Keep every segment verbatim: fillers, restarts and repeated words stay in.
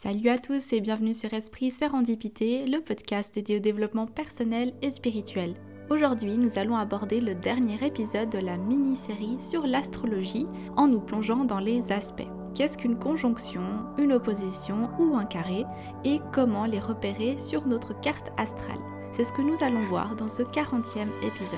Salut à tous et bienvenue sur Esprit Sérendipité, le podcast dédié au développement personnel et spirituel. Aujourd'hui, nous allons aborder le dernier épisode de la mini-série sur l'astrologie en nous plongeant dans les aspects. Qu'est-ce qu'une conjonction, une opposition ou un carré et comment les repérer sur notre carte astrale? C'est ce que nous allons voir dans ce quarantième épisode.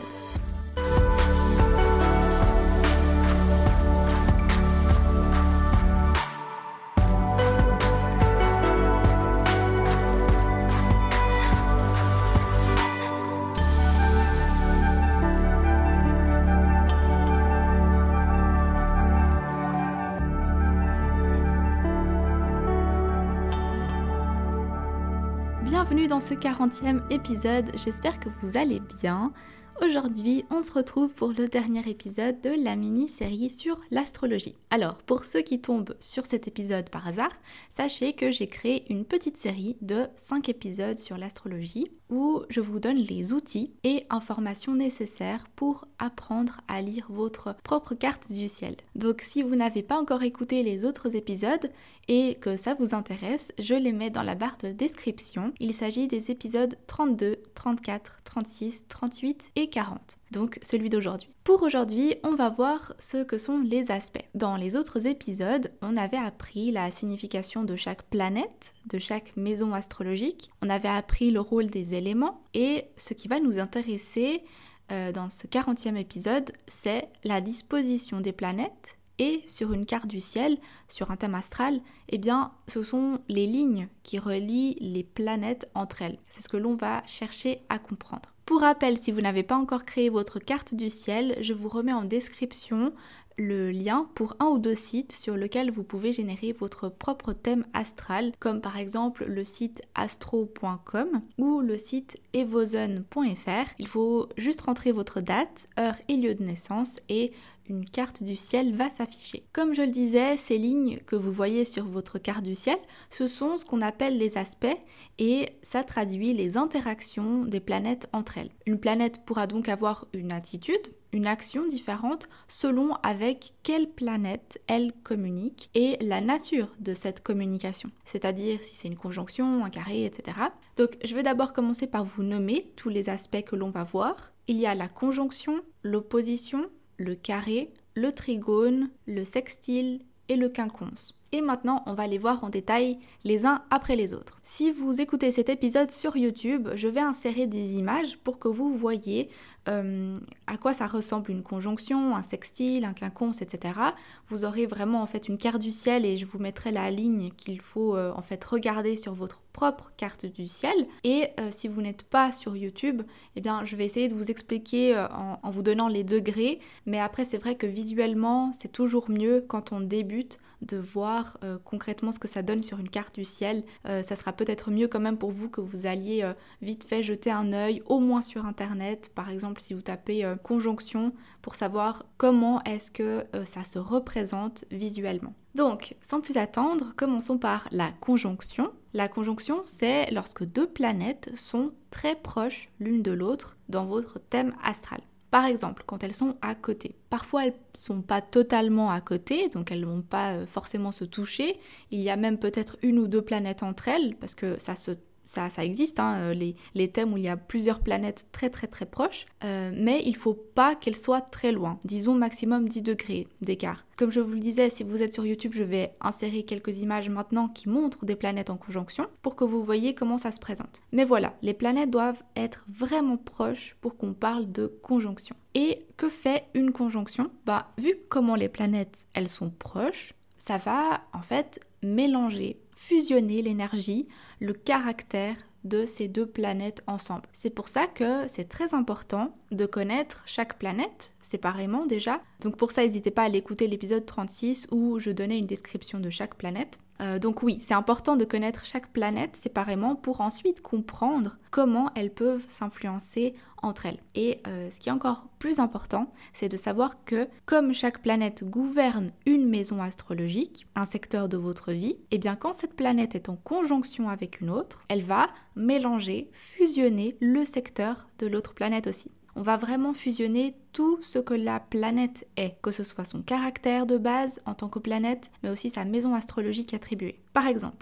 Bienvenue dans ce quarantième épisode, j'espère que vous allez bien. Aujourd'hui, on se retrouve pour le dernier épisode de la mini-série sur l'astrologie. Alors, pour ceux qui tombent sur cet épisode par hasard, sachez que j'ai créé une petite série de cinq épisodes sur l'astrologie où je vous donne les outils et informations nécessaires pour apprendre à lire votre propre carte du ciel. Donc, si vous n'avez pas encore écouté les autres épisodes et que ça vous intéresse, je les mets dans la barre de description. Il s'agit des épisodes trente-deux, trente-quatre, trente-six, trente-huit et quarante, donc celui d'aujourd'hui. Pour aujourd'hui, on va voir ce que sont les aspects. Dans les autres épisodes, on avait appris la signification de chaque planète, de chaque maison astrologique, on avait appris le rôle des éléments et ce qui va nous intéresser euh, dans ce quarantième épisode, c'est la disposition des planètes. Et sur une carte du ciel, sur un thème astral, eh bien, ce sont les lignes qui relient les planètes entre elles. C'est ce que l'on va chercher à comprendre. Pour rappel, si vous n'avez pas encore créé votre carte du ciel, je vous remets en description le lien pour un ou deux sites sur lesquels vous pouvez générer votre propre thème astral, comme par exemple le site astro point com ou le site evozen point f r. Il faut juste rentrer votre date, heure et lieu de naissance et une carte du ciel va s'afficher. Comme je le disais, ces lignes que vous voyez sur votre carte du ciel, ce sont ce qu'on appelle les aspects et ça traduit les interactions des planètes entre elles. Une planète pourra donc avoir une attitude, une action différente selon avec quelle planète elle communique et la nature de cette communication, c'est-à-dire si c'est une conjonction, un carré, et cetera. Donc je vais d'abord commencer par vous nommer tous les aspects que l'on va voir. Il y a la conjonction, l'opposition, le carré, le trigone, le sextile et le quinconce. Et maintenant, on va les voir en détail les uns après les autres. Si vous écoutez cet épisode sur YouTube, je vais insérer des images pour que vous voyez euh, à quoi ça ressemble une conjonction, un sextile, un quinconce, et cetera. Vous aurez vraiment en fait une carte du ciel et je vous mettrai la ligne qu'il faut euh, en fait regarder sur votre propre carte du ciel. Et euh, si vous n'êtes pas sur YouTube, eh bien, je vais essayer de vous expliquer euh, en, en vous donnant les degrés. Mais après, c'est vrai que visuellement, c'est toujours mieux quand on débute de voir euh, concrètement ce que ça donne sur une carte du ciel. Euh, ça sera peut-être mieux quand même pour vous que vous alliez euh, vite fait jeter un œil, au moins sur internet, par exemple si vous tapez euh, conjonction, pour savoir comment est-ce que euh, ça se représente visuellement. Donc, sans plus attendre, commençons par la conjonction. La conjonction, c'est lorsque deux planètes sont très proches l'une de l'autre dans votre thème astral. Par exemple, quand elles sont à côté. Parfois, elles ne sont pas totalement à côté, donc elles ne vont pas forcément se toucher. Il y a même peut-être une ou deux planètes entre elles, parce que ça se Ça, ça existe, hein, les, les thèmes où il y a plusieurs planètes très très très proches, euh, mais il ne faut pas qu'elles soient très loin, disons maximum dix degrés d'écart. Comme je vous le disais, si vous êtes sur YouTube, je vais insérer quelques images maintenant qui montrent des planètes en conjonction pour que vous voyez comment ça se présente. Mais voilà, les planètes doivent être vraiment proches pour qu'on parle de conjonction. Et que fait une conjonction ? Bah, vu comment les planètes, elles sont proches, ça va en fait mélanger, fusionner l'énergie, le caractère de ces deux planètes ensemble. C'est pour ça que c'est très important de connaître chaque planète séparément déjà. Donc pour ça, n'hésitez pas à aller écouter l'épisode trente-six où je donnais une description de chaque planète. Euh, donc oui, c'est important de connaître chaque planète séparément pour ensuite comprendre comment elles peuvent s'influencer entre elles. Et euh, ce qui est encore plus important, c'est de savoir que comme chaque planète gouverne une maison astrologique, un secteur de votre vie, et bien quand cette planète est en conjonction avec une autre, elle va mélanger, fusionner le secteur de l'autre planète aussi. On va vraiment fusionner tout ce que la planète est, que ce soit son caractère de base en tant que planète, mais aussi sa maison astrologique attribuée. Par exemple,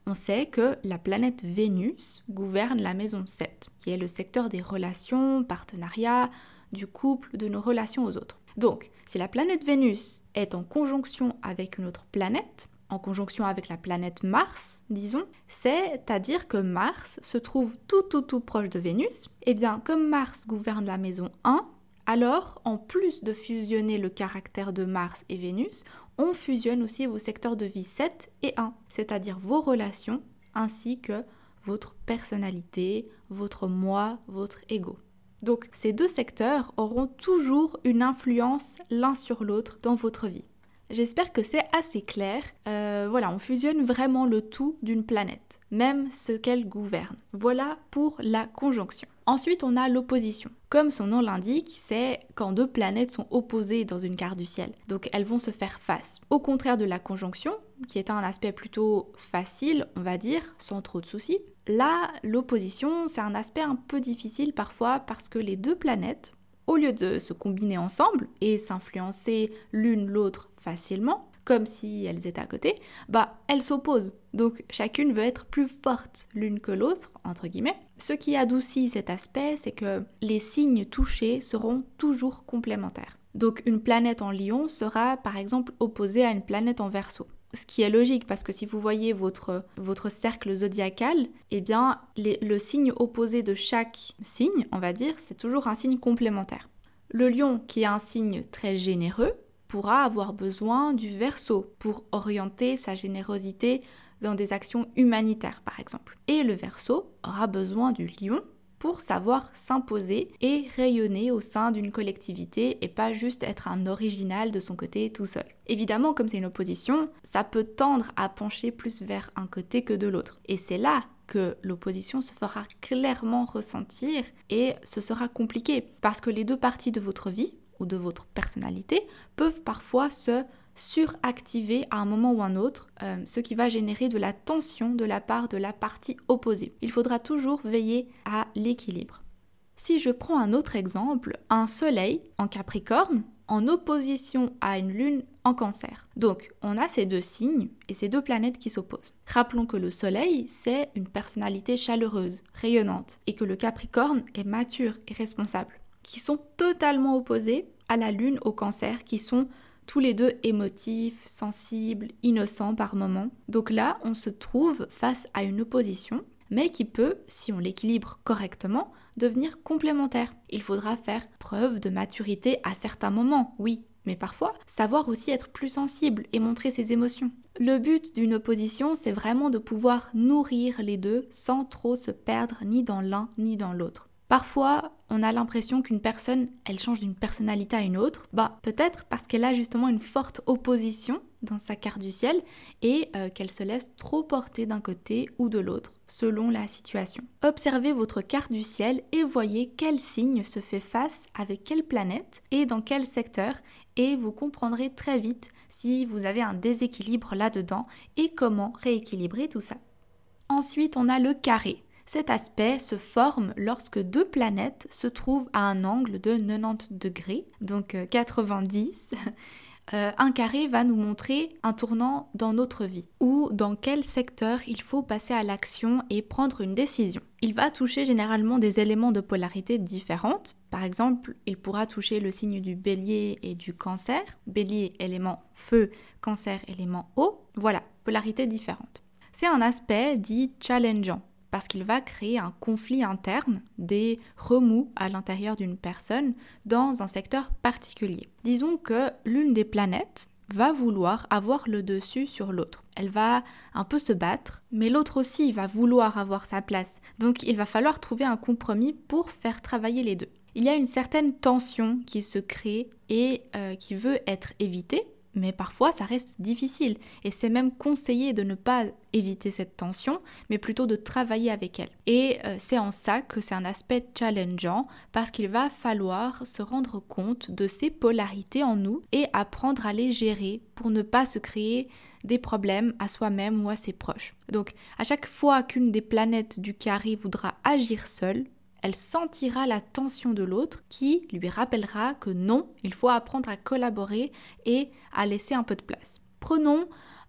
On sait que la planète Vénus gouverne la maison sept, qui est le secteur des relations, partenariats, du couple, de nos relations aux autres. Donc, si la planète Vénus est en conjonction avec une autre planète, en conjonction avec la planète Mars, disons, c'est-à-dire que Mars se trouve tout tout tout proche de Vénus, et bien comme Mars gouverne la maison un, alors en plus de fusionner le caractère de Mars et Vénus, on fusionne aussi vos secteurs de vie sept et un, c'est-à-dire vos relations ainsi que votre personnalité, votre moi, votre ego. Donc ces deux secteurs auront toujours une influence l'un sur l'autre dans votre vie. J'espère que c'est assez clair. Euh, voilà, on fusionne vraiment le tout d'une planète, même ce qu'elle gouverne. Voilà pour la conjonction. Ensuite, on a l'opposition. Comme son nom l'indique, c'est quand deux planètes sont opposées dans une carte du ciel. Donc elles vont se faire face. Au contraire de la conjonction, qui est un aspect plutôt facile, on va dire, sans trop de soucis. Là, l'opposition, c'est un aspect un peu difficile parfois parce que les deux planètes, au lieu de se combiner ensemble et s'influencer l'une l'autre facilement, comme si elles étaient à côté, bah elles s'opposent. Donc chacune veut être plus forte l'une que l'autre, entre guillemets. Ce qui adoucit cet aspect, c'est que les signes touchés seront toujours complémentaires. Donc une planète en Lion sera par exemple opposée à une planète en Verseau. Ce qui est logique parce que si vous voyez votre, votre cercle zodiacal, eh bien les, le signe opposé de chaque signe, on va dire, c'est toujours un signe complémentaire. Le Lion, qui est un signe très généreux, pourra avoir besoin du Verseau pour orienter sa générosité dans des actions humanitaires par exemple. Et le Verseau aura besoin du Lion pour savoir s'imposer et rayonner au sein d'une collectivité et pas juste être un original de son côté tout seul. Évidemment, comme c'est une opposition, ça peut tendre à pencher plus vers un côté que de l'autre. Et c'est là que l'opposition se fera clairement ressentir et ce sera compliqué parce que les deux parties de votre vie ou de votre personnalité peuvent parfois se suractiver à un moment ou un autre, euh, ce qui va générer de la tension de la part de la partie opposée. Il faudra toujours veiller à l'équilibre. Si je prends un autre exemple, un soleil en Capricorne en opposition à une lune en Cancer. Donc, on a ces deux signes et ces deux planètes qui s'opposent. Rappelons que le soleil, c'est une personnalité chaleureuse, rayonnante, et que le Capricorne est mature et responsable, qui sont totalement opposés à la lune au Cancer, qui sont tous les deux émotifs, sensibles, innocents par moments. Donc là, on se trouve face à une opposition, mais qui peut, si on l'équilibre correctement, devenir complémentaire. Il faudra faire preuve de maturité à certains moments, oui, mais parfois, savoir aussi être plus sensible et montrer ses émotions. Le but d'une opposition, c'est vraiment de pouvoir nourrir les deux sans trop se perdre ni dans l'un ni dans l'autre. Parfois, on a l'impression qu'une personne, elle change d'une personnalité à une autre. Bah, peut-être parce qu'elle a justement une forte opposition dans sa carte du ciel et euh, qu'elle se laisse trop porter d'un côté ou de l'autre, selon la situation. Observez votre carte du ciel et voyez quel signe se fait face avec quelle planète et dans quel secteur et vous comprendrez très vite si vous avez un déséquilibre là-dedans et comment rééquilibrer tout ça. Ensuite, on a le carré. Cet aspect se forme lorsque deux planètes se trouvent à un angle de quatre-vingt-dix degrés, donc quatre-vingt-dix. Euh, un carré va nous montrer un tournant dans notre vie, ou dans quel secteur il faut passer à l'action et prendre une décision. Il va toucher généralement des éléments de polarité différentes. Par exemple, il pourra toucher le signe du Bélier et du Cancer. Bélier, élément feu, Cancer, élément eau. Voilà, polarité différente. C'est un aspect dit challengeant, parce qu'il va créer un conflit interne, des remous à l'intérieur d'une personne dans un secteur particulier. Disons que l'une des planètes va vouloir avoir le dessus sur l'autre. Elle va un peu se battre, mais l'autre aussi va vouloir avoir sa place. Donc il va falloir trouver un compromis pour faire travailler les deux. Il y a une certaine tension qui se crée et euh, qui veut être évitée, mais parfois ça reste difficile et c'est même conseillé de ne pas éviter cette tension, mais plutôt de travailler avec elle. Et euh, c'est en ça que c'est un aspect challengeant parce qu'il va falloir se rendre compte de ces polarités en nous et apprendre à les gérer pour ne pas se créer des problèmes à soi-même ou à ses proches. Donc à chaque fois qu'une des planètes du carré voudra agir seule, elle sentira la tension de l'autre qui lui rappellera que non, il faut apprendre à collaborer et à laisser un peu de place. Prenons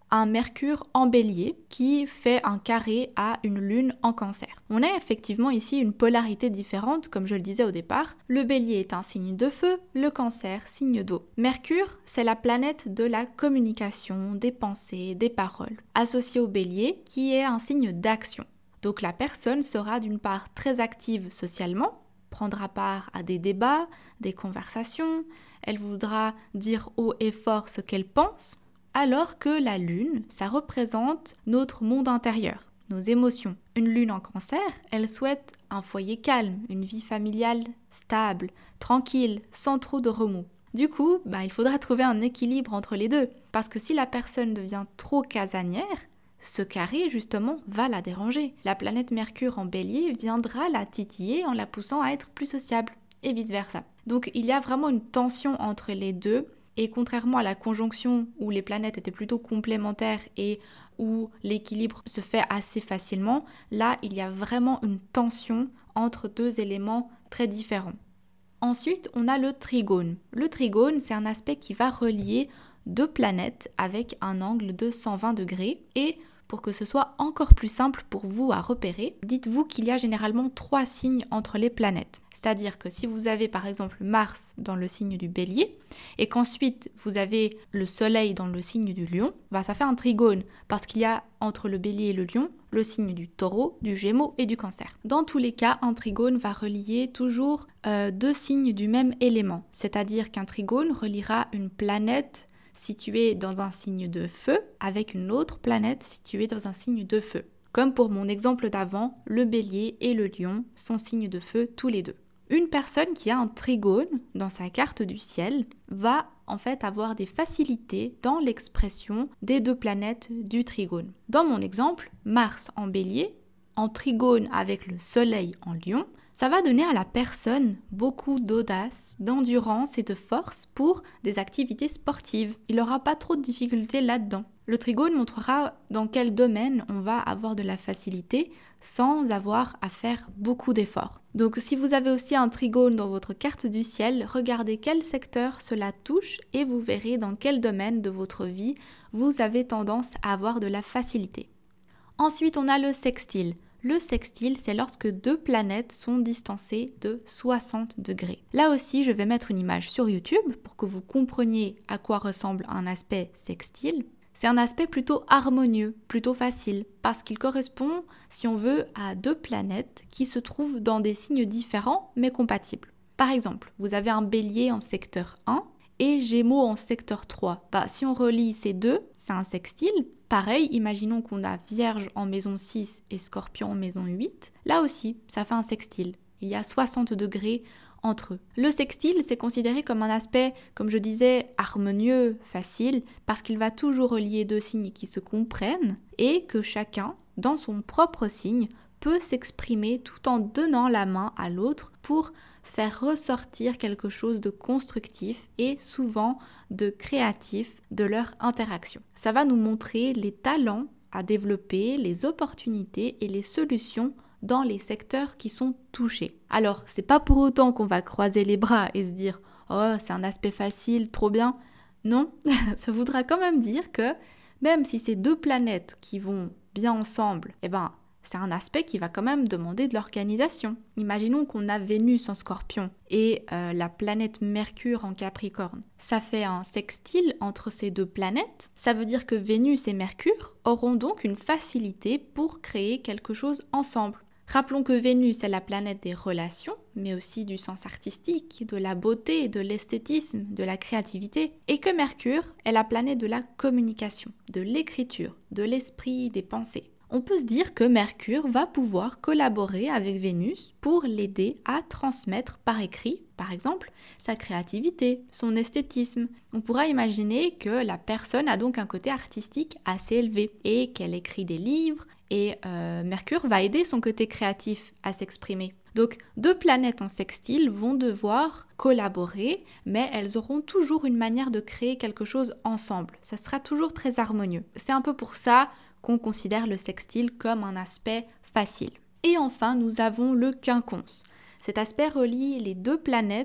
un Mercure en Bélier qui fait un carré à une Lune en Cancer. On a effectivement ici une polarité différente, comme je le disais au départ. Le Bélier est un signe de feu, le Cancer signe d'eau. Mercure, c'est la planète de la communication, des pensées, des paroles, associée au Bélier qui est un signe d'action. Donc la personne sera d'une part très active socialement, prendra part à des débats, des conversations, elle voudra dire haut et fort ce qu'elle pense, alors que la Lune, ça représente notre monde intérieur, nos émotions. Une Lune en Cancer, elle souhaite un foyer calme, une vie familiale stable, tranquille, sans trop de remous. Du coup, bah, il faudra trouver un équilibre entre les deux, parce que si la personne devient trop casanière, ce carré, justement, va la déranger. La planète Mercure en Bélier viendra la titiller en la poussant à être plus sociable, et vice-versa. Donc il y a vraiment une tension entre les deux, et contrairement à la conjonction où les planètes étaient plutôt complémentaires et où l'équilibre se fait assez facilement, là il y a vraiment une tension entre deux éléments très différents. Ensuite, on a le trigone. Le trigone, c'est un aspect qui va relier deux planètes avec un angle de cent vingt degrés et pour que ce soit encore plus simple pour vous à repérer, dites-vous qu'il y a généralement trois signes entre les planètes. C'est-à-dire que si vous avez par exemple Mars dans le signe du Bélier et qu'ensuite vous avez le Soleil dans le signe du Lion, bah ça fait un trigone parce qu'il y a entre le Bélier et le Lion le signe du Taureau, du Gémeaux et du Cancer. Dans tous les cas, un trigone va relier toujours euh, deux signes du même élément. C'est-à-dire qu'un trigone reliera une planète située dans un signe de feu avec une autre planète située dans un signe de feu. Comme pour mon exemple d'avant, le Bélier et le Lion sont signes de feu tous les deux. Une personne qui a un trigone dans sa carte du ciel va en fait avoir des facilités dans l'expression des deux planètes du trigone. Dans mon exemple, Mars en Bélier, en trigone avec le Soleil en Lion, ça va donner à la personne beaucoup d'audace, d'endurance et de force pour des activités sportives. Il n'aura pas trop de difficultés là-dedans. Le trigone montrera dans quel domaine on va avoir de la facilité sans avoir à faire beaucoup d'efforts. Donc si vous avez aussi un trigone dans votre carte du ciel, regardez quel secteur cela touche et vous verrez dans quel domaine de votre vie vous avez tendance à avoir de la facilité. Ensuite, on a le sextile. Le sextile, c'est lorsque deux planètes sont distancées de soixante degrés. Là aussi, je vais mettre une image sur YouTube pour que vous compreniez à quoi ressemble un aspect sextile. C'est un aspect plutôt harmonieux, plutôt facile, parce qu'il correspond, si on veut, à deux planètes qui se trouvent dans des signes différents mais compatibles. Par exemple, vous avez un Bélier en secteur un et Gémeaux en secteur trois. Bah, si on relie ces deux, c'est un sextile. Pareil, imaginons qu'on a Vierge en maison six et Scorpion en maison huit. Là aussi, ça fait un sextile. Il y a soixante degrés entre eux. Le sextile, c'est considéré comme un aspect, comme je disais, harmonieux, facile, parce qu'il va toujours relier deux signes qui se comprennent et que chacun, dans son propre signe, peut s'exprimer tout en donnant la main à l'autre pour faire ressortir quelque chose de constructif et souvent de créatif de leur interaction. Ça va nous montrer les talents à développer, les opportunités et les solutions dans les secteurs qui sont touchés. Alors, c'est pas pour autant qu'on va croiser les bras et se dire « Oh, c'est un aspect facile, trop bien ». Non, ça voudra quand même dire que même si c'est deux planètes qui vont bien ensemble, eh ben, c'est un aspect qui va quand même demander de l'organisation. Imaginons qu'on a Vénus en Scorpion et euh, la planète Mercure en Capricorne. Ça fait un sextile entre ces deux planètes. Ça veut dire que Vénus et Mercure auront donc une facilité pour créer quelque chose ensemble. Rappelons que Vénus est la planète des relations, mais aussi du sens artistique, de la beauté, de l'esthétisme, de la créativité, et que Mercure est la planète de la communication, de l'écriture, de l'esprit, des pensées. On peut se dire que Mercure va pouvoir collaborer avec Vénus pour l'aider à transmettre par écrit, par exemple, sa créativité, son esthétisme. On pourra imaginer que la personne a donc un côté artistique assez élevé et qu'elle écrit des livres et euh, Mercure va aider son côté créatif à s'exprimer. Donc, deux planètes en sextile vont devoir collaborer, mais elles auront toujours une manière de créer quelque chose ensemble. Ça sera toujours très harmonieux. C'est un peu pour ça qu'on considère le sextile comme un aspect facile. Et enfin, nous avons le quinconce. Cet aspect relie les deux planètes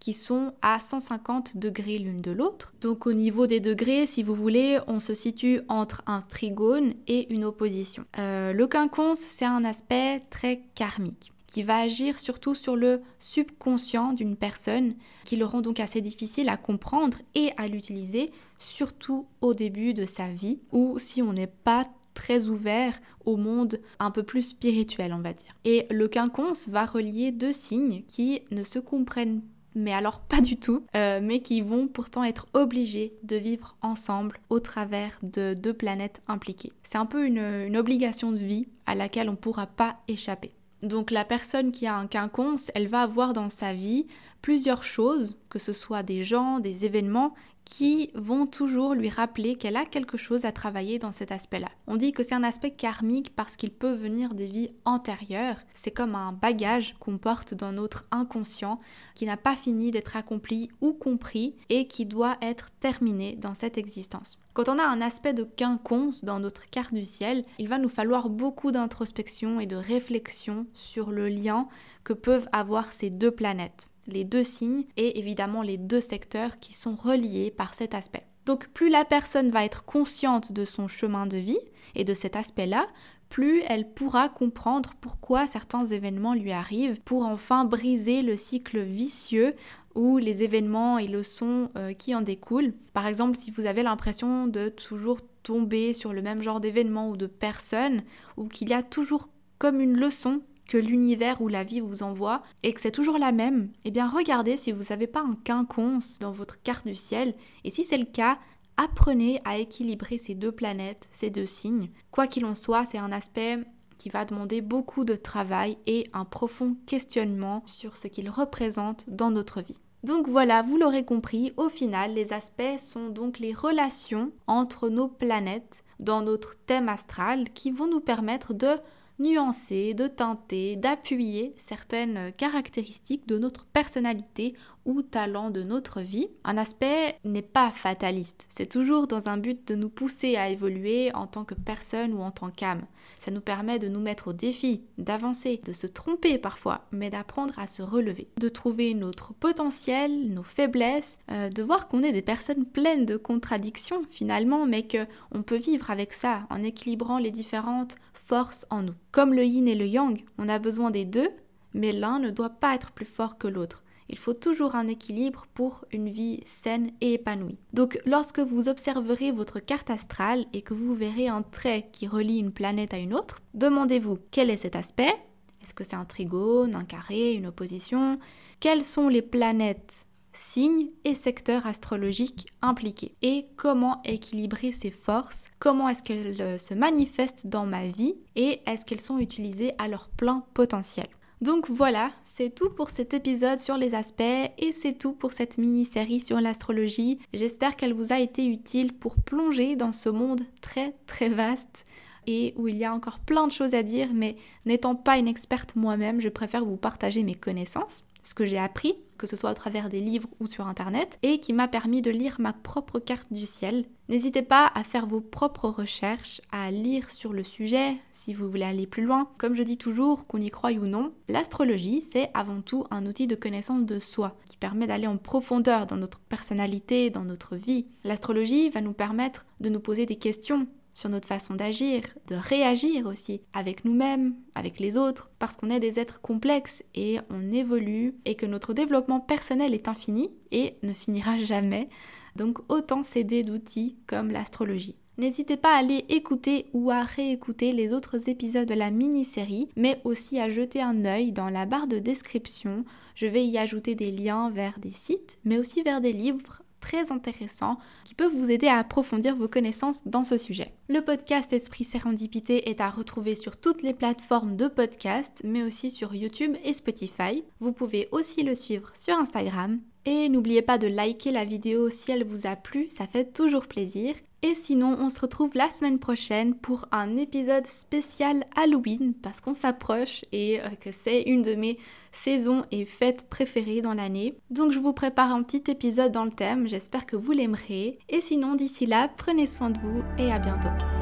qui sont à cent cinquante degrés l'une de l'autre. Donc au niveau des degrés, si vous voulez, on se situe entre un trigone et une opposition. Euh, le quinconce, c'est un aspect très karmique qui va agir surtout sur le subconscient d'une personne, qui le rend donc assez difficile à comprendre et à l'utiliser, surtout au début de sa vie, ou si on n'est pas très ouvert au monde un peu plus spirituel, on va dire. Et le quinconce va relier deux signes qui ne se comprennent mais alors pas du tout, euh, mais qui vont pourtant être obligés de vivre ensemble au travers de deux planètes impliquées. C'est un peu une, une obligation de vie à laquelle on ne pourra pas échapper. Donc la personne qui a un quinconce, elle va avoir dans sa vie plusieurs choses, que ce soit des gens, des événements, qui vont toujours lui rappeler qu'elle a quelque chose à travailler dans cet aspect-là. On dit que c'est un aspect karmique parce qu'il peut venir des vies antérieures. C'est comme un bagage qu'on porte dans notre inconscient qui n'a pas fini d'être accompli ou compris et qui doit être terminé dans cette existence. Quand on a un aspect de quinconce dans notre carte du ciel, il va nous falloir beaucoup d'introspection et de réflexion sur le lien que peuvent avoir ces deux planètes, les deux signes et évidemment les deux secteurs qui sont reliés par cet aspect. Donc plus la personne va être consciente de son chemin de vie et de cet aspect-là, plus elle pourra comprendre pourquoi certains événements lui arrivent pour enfin briser le cycle vicieux ou les événements et leçons euh, qui en découlent. Par exemple, si vous avez l'impression de toujours tomber sur le même genre d'événements ou de personnes, ou qu'il y a toujours comme une leçon que l'univers ou la vie vous envoie et que c'est toujours la même, eh bien regardez si vous n'avez pas un quinconce dans votre carte du ciel, et si c'est le cas, apprenez à équilibrer ces deux planètes, ces deux signes. Quoi qu'il en soit, c'est un aspect qui va demander beaucoup de travail et un profond questionnement sur ce qu'il représente dans notre vie. Donc voilà, vous l'aurez compris, au final, les aspects sont donc les relations entre nos planètes dans notre thème astral qui vont nous permettre de nuancer, de teinter, d'appuyer certaines caractéristiques de notre personnalité ou talent de notre vie. Un aspect n'est pas fataliste, c'est toujours dans un but de nous pousser à évoluer en tant que personne ou en tant qu'âme. Ça nous permet de nous mettre au défi, d'avancer, de se tromper parfois, mais d'apprendre à se relever, de trouver notre potentiel, nos faiblesses, euh, de voir qu'on est des personnes pleines de contradictions finalement, mais qu'on peut vivre avec ça en équilibrant les différentes forces en nous. Comme le yin et le yang, on a besoin des deux, mais l'un ne doit pas être plus fort que l'autre. Il faut toujours un équilibre pour une vie saine et épanouie. Donc lorsque vous observerez votre carte astrale et que vous verrez un trait qui relie une planète à une autre, demandez-vous quel est cet aspect ? Est-ce que c'est un trigone, un carré, une opposition ? Quelles sont les planètes, signes et secteurs astrologiques impliqués? Et comment équilibrer ces forces? Comment est-ce qu'elles se manifestent dans ma vie? Et est-ce qu'elles sont utilisées à leur plein potentiel? Donc voilà, c'est tout pour cet épisode sur les aspects et c'est tout pour cette mini-série sur l'astrologie. J'espère qu'elle vous a été utile pour plonger dans ce monde très très vaste et où il y a encore plein de choses à dire, mais n'étant pas une experte moi-même, je préfère vous partager mes connaissances, ce que j'ai appris, que ce soit à travers des livres ou sur internet, et qui m'a permis de lire ma propre carte du ciel. N'hésitez pas à faire vos propres recherches, à lire sur le sujet si vous voulez aller plus loin. Comme je dis toujours, qu'on y croie ou non, l'astrologie, c'est avant tout un outil de connaissance de soi, qui permet d'aller en profondeur dans notre personnalité, dans notre vie. L'astrologie va nous permettre de nous poser des questions sur notre façon d'agir, de réagir aussi avec nous-mêmes, avec les autres, parce qu'on est des êtres complexes et on évolue et que notre développement personnel est infini et ne finira jamais. Donc autant s'aider d'outils comme l'astrologie. N'hésitez pas à aller écouter ou à réécouter les autres épisodes de la mini-série, mais aussi à jeter un œil dans la barre de description. Je vais y ajouter des liens vers des sites, mais aussi vers des livres très intéressant qui peut vous aider à approfondir vos connaissances dans ce sujet. Le podcast Esprit Sérendipité est à retrouver sur toutes les plateformes de podcast, mais aussi sur YouTube et Spotify. Vous pouvez aussi le suivre sur Instagram. Et n'oubliez pas de liker la vidéo si elle vous a plu, ça fait toujours plaisir. Et sinon, on se retrouve la semaine prochaine pour un épisode spécial Halloween parce qu'on s'approche et que c'est une de mes saisons et fêtes préférées dans l'année. Donc je vous prépare un petit épisode dans le thème, j'espère que vous l'aimerez. Et sinon, d'ici là, prenez soin de vous et à bientôt.